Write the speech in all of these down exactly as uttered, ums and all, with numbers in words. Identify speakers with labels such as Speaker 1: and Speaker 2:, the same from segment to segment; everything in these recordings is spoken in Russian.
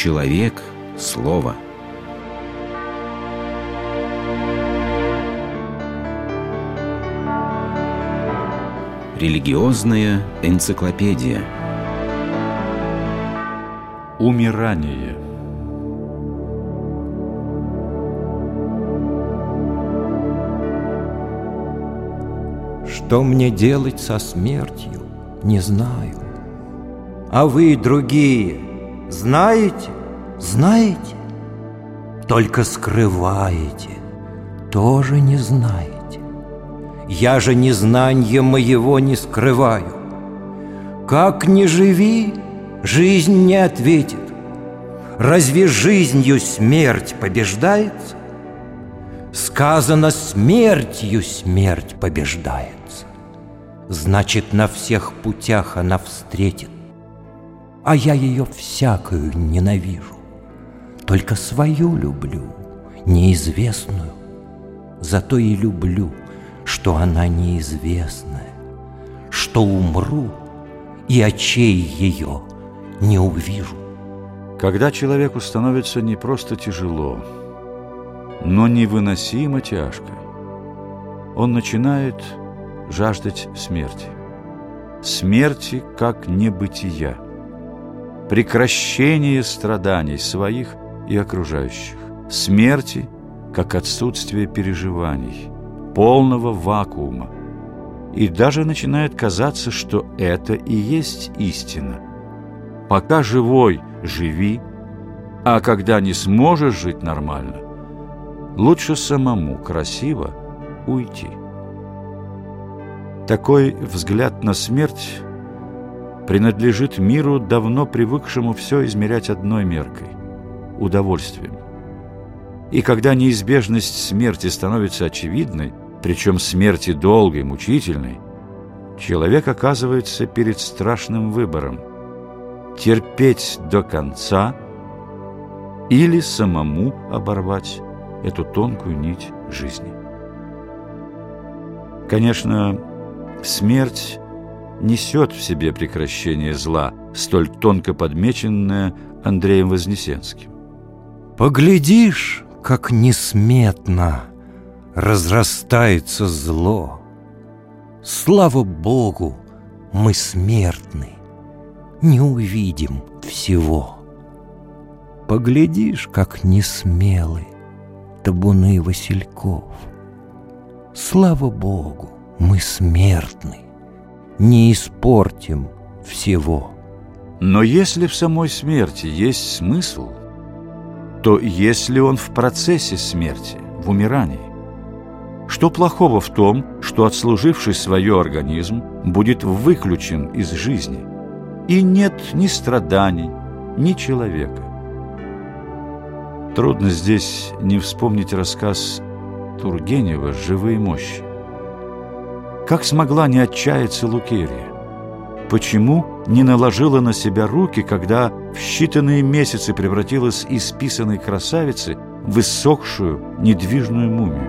Speaker 1: Человек – слово. Религиозная энциклопедия.
Speaker 2: Умирание.
Speaker 3: Что мне делать со смертью, не знаю. А вы, другие, знаете? Знаете? Только скрываете, тоже не знаете. Я же незнанья моего не скрываю. Как ни живи, жизнь не ответит. Разве жизнью смерть побеждается? Сказано, смертью смерть побеждается. Значит, на всех путях она встретит. А я ее всякую ненавижу. Только свою люблю, неизвестную. Зато и люблю, что она неизвестная, что умру и очей ее не увижу.
Speaker 2: Когда человеку становится не просто тяжело, но невыносимо тяжко, он начинает жаждать смерти. Смерти как небытия, прекращения страданий своих и окружающих, смерти как отсутствие переживаний, полного вакуума. И даже начинает казаться, что это и есть истина. Пока живой – живи, а когда не сможешь жить нормально, лучше самому красиво уйти. Такой взгляд на смерть принадлежит миру, давно привыкшему все измерять одной меркой – удовольствием. И когда неизбежность смерти становится очевидной, причем смерти долгой, мучительной, человек оказывается перед страшным выбором – терпеть до конца или самому оборвать эту тонкую нить жизни. Конечно, смерть несет в себе прекращение зла, столь тонко подмеченное Андреем Вознесенским.
Speaker 3: Поглядишь, как несметно разрастается зло. Слава Богу, мы смертны, не увидим всего. Поглядишь, как несмелы табуны васильков. Слава Богу, мы смертны, не испортим всего.
Speaker 2: Но если в самой смерти есть смысл, то есть ли он в процессе смерти, в умирании? Что плохого в том, что отслуживший свое организм будет выключен из жизни, и нет ни страданий, ни человека? Трудно здесь не вспомнить рассказ Тургенева «Живые мощи». Как смогла не отчаяться Лукерья? Почему не наложила на себя руки, когда в считанные месяцы превратилась из писаной красавицы в иссохшую, недвижную мумию?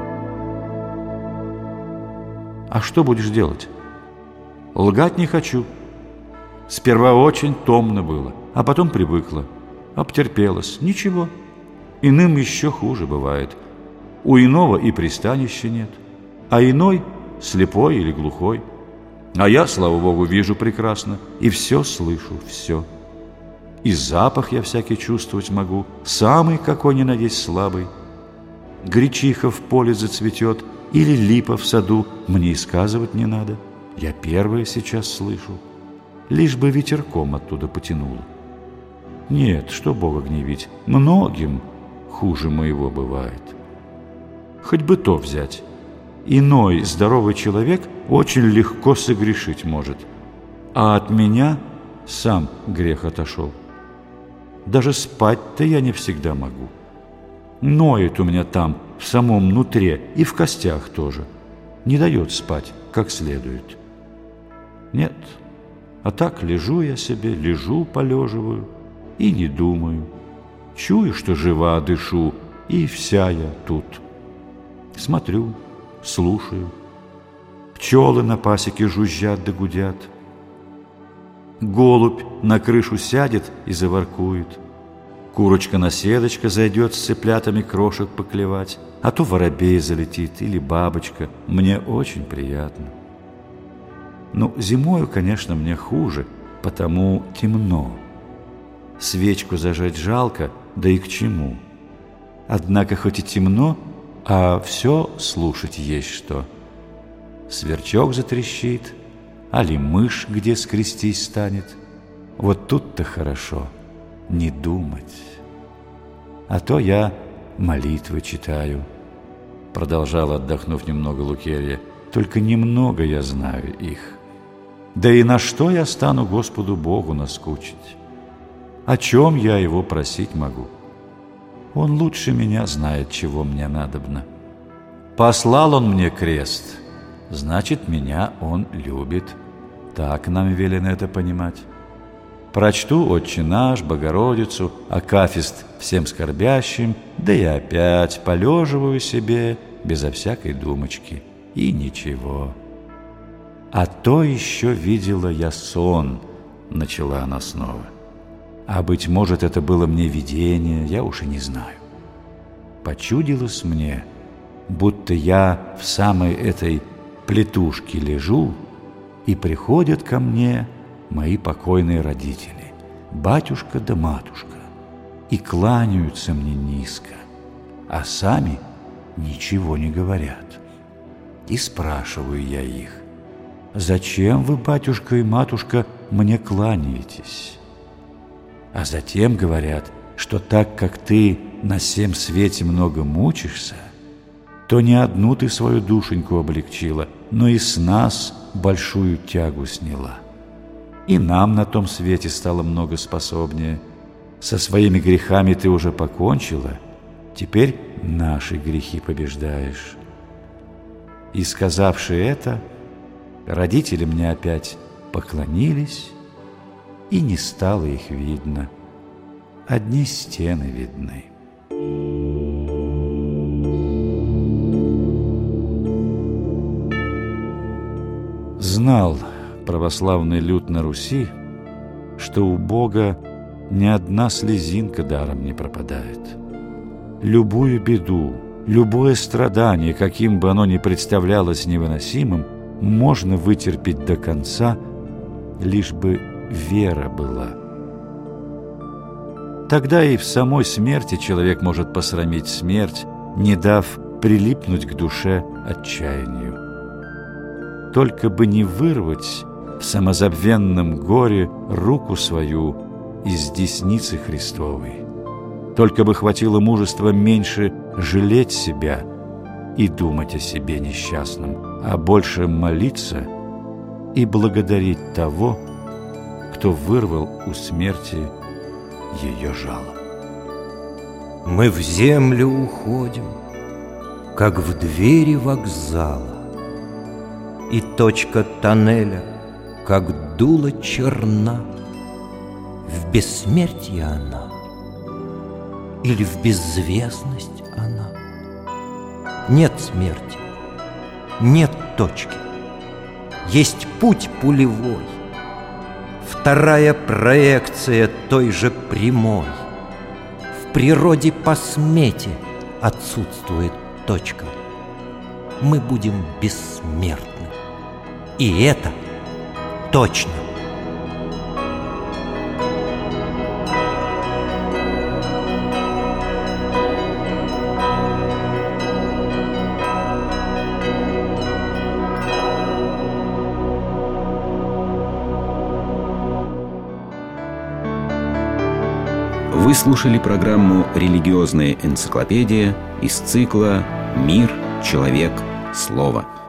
Speaker 2: А что будешь делать? Лгать не хочу. Сперва очень томно было, а потом привыкла, обтерпелась. Ничего. Иным еще хуже бывает. У иного и пристанища нет, а иной слепой или глухой. А я, слава Богу, вижу прекрасно и все слышу, все. И запах я всякий чувствовать могу, самый какой ни на есть слабый. Гречиха в поле зацветет или липа в саду, мне и сказывать не надо. Я первое сейчас слышу, лишь бы ветерком оттуда потянуло. Нет, что Бога гневить, многим хуже моего бывает. Хоть бы то взять. Иной здоровый человек очень легко согрешить может, а от меня сам грех отошел. Даже спать-то я не всегда могу. Ноет у меня там, в самом нутре, и в костях тоже. Не дает спать как следует. Нет, а так лежу я себе, лежу, полеживаю и не думаю. Чую, что жива, дышу, и вся я тут. Смотрю, слушаю. Пчелы на пасеке жужжат да гудят. Голубь на крышу сядет и заворкует. курочка-наседочка зайдет с цыплятами крошек поклевать, а то воробей залетит или бабочка. Мне очень приятно. Ну, зимою, конечно, мне хуже, потому темно. Свечку зажечь жалко, да и к чему. Однако хоть и темно, а все слушать есть что. Сверчок затрещит, али мышь где скрестись станет. Вот тут-то хорошо не думать. А то я молитвы читаю, продолжала, отдохнув немного, Лукерья. Только немного я знаю их. Да и на что я стану Господу Богу наскучить? О чем я Его просить могу? Он лучше меня знает, чего мне надобно. Послал Он мне крест, значит, меня Он любит. Так нам велено это понимать. Прочту «Отче наш», Богородицу, акафист всем скорбящим, да и опять полеживаю себе безо всякой думочки. И ничего. А то еще видела я сон, начала она снова. А, быть может, это было мне видение, я уж и не знаю. Почудилось мне, будто я в самой этой плетушке лежу, и приходят ко мне мои покойные родители, батюшка да матушка, и кланяются мне низко, а сами ничего не говорят. И спрашиваю я их: «Зачем вы, батюшка и матушка, мне кланяетесь?» А затем говорят, что так как ты на всем свете много мучишься, то не одну ты свою душеньку облегчила, но и с нас большую тягу сняла. И нам на том свете стало много способнее. Со своими грехами ты уже покончила, теперь наши грехи побеждаешь. И, сказавши это, родители мне опять поклонились, и не стало их видно. Одни стены видны. Знал православный люд на Руси, что у Бога ни одна слезинка даром не пропадает. Любую беду, любое страдание, каким бы оно ни представлялось невыносимым, можно вытерпеть до конца, лишь бы вера была. Тогда и в самой смерти человек может посрамить смерть, не дав прилипнуть к душе отчаянию. Только бы не вырвать в самозабвенном горе руку свою из десницы Христовой. Только бы хватило мужества меньше жалеть себя и думать о себе несчастном, а больше молиться и благодарить того, кто вырвал у смерти ее жало.
Speaker 3: Мы в землю уходим, как в двери вокзала, и точка тоннеля, как дуло, черна. В бессмертие она или в безвестность она? Нет смерти, нет точки, есть путь пулевой, вторая проекция той же прямой. В природе по смете отсутствует точка. Мы будем бессмертны, и это точно.
Speaker 1: Вы слушали программу «Религиозная энциклопедия» из цикла «Мир, человек, слово».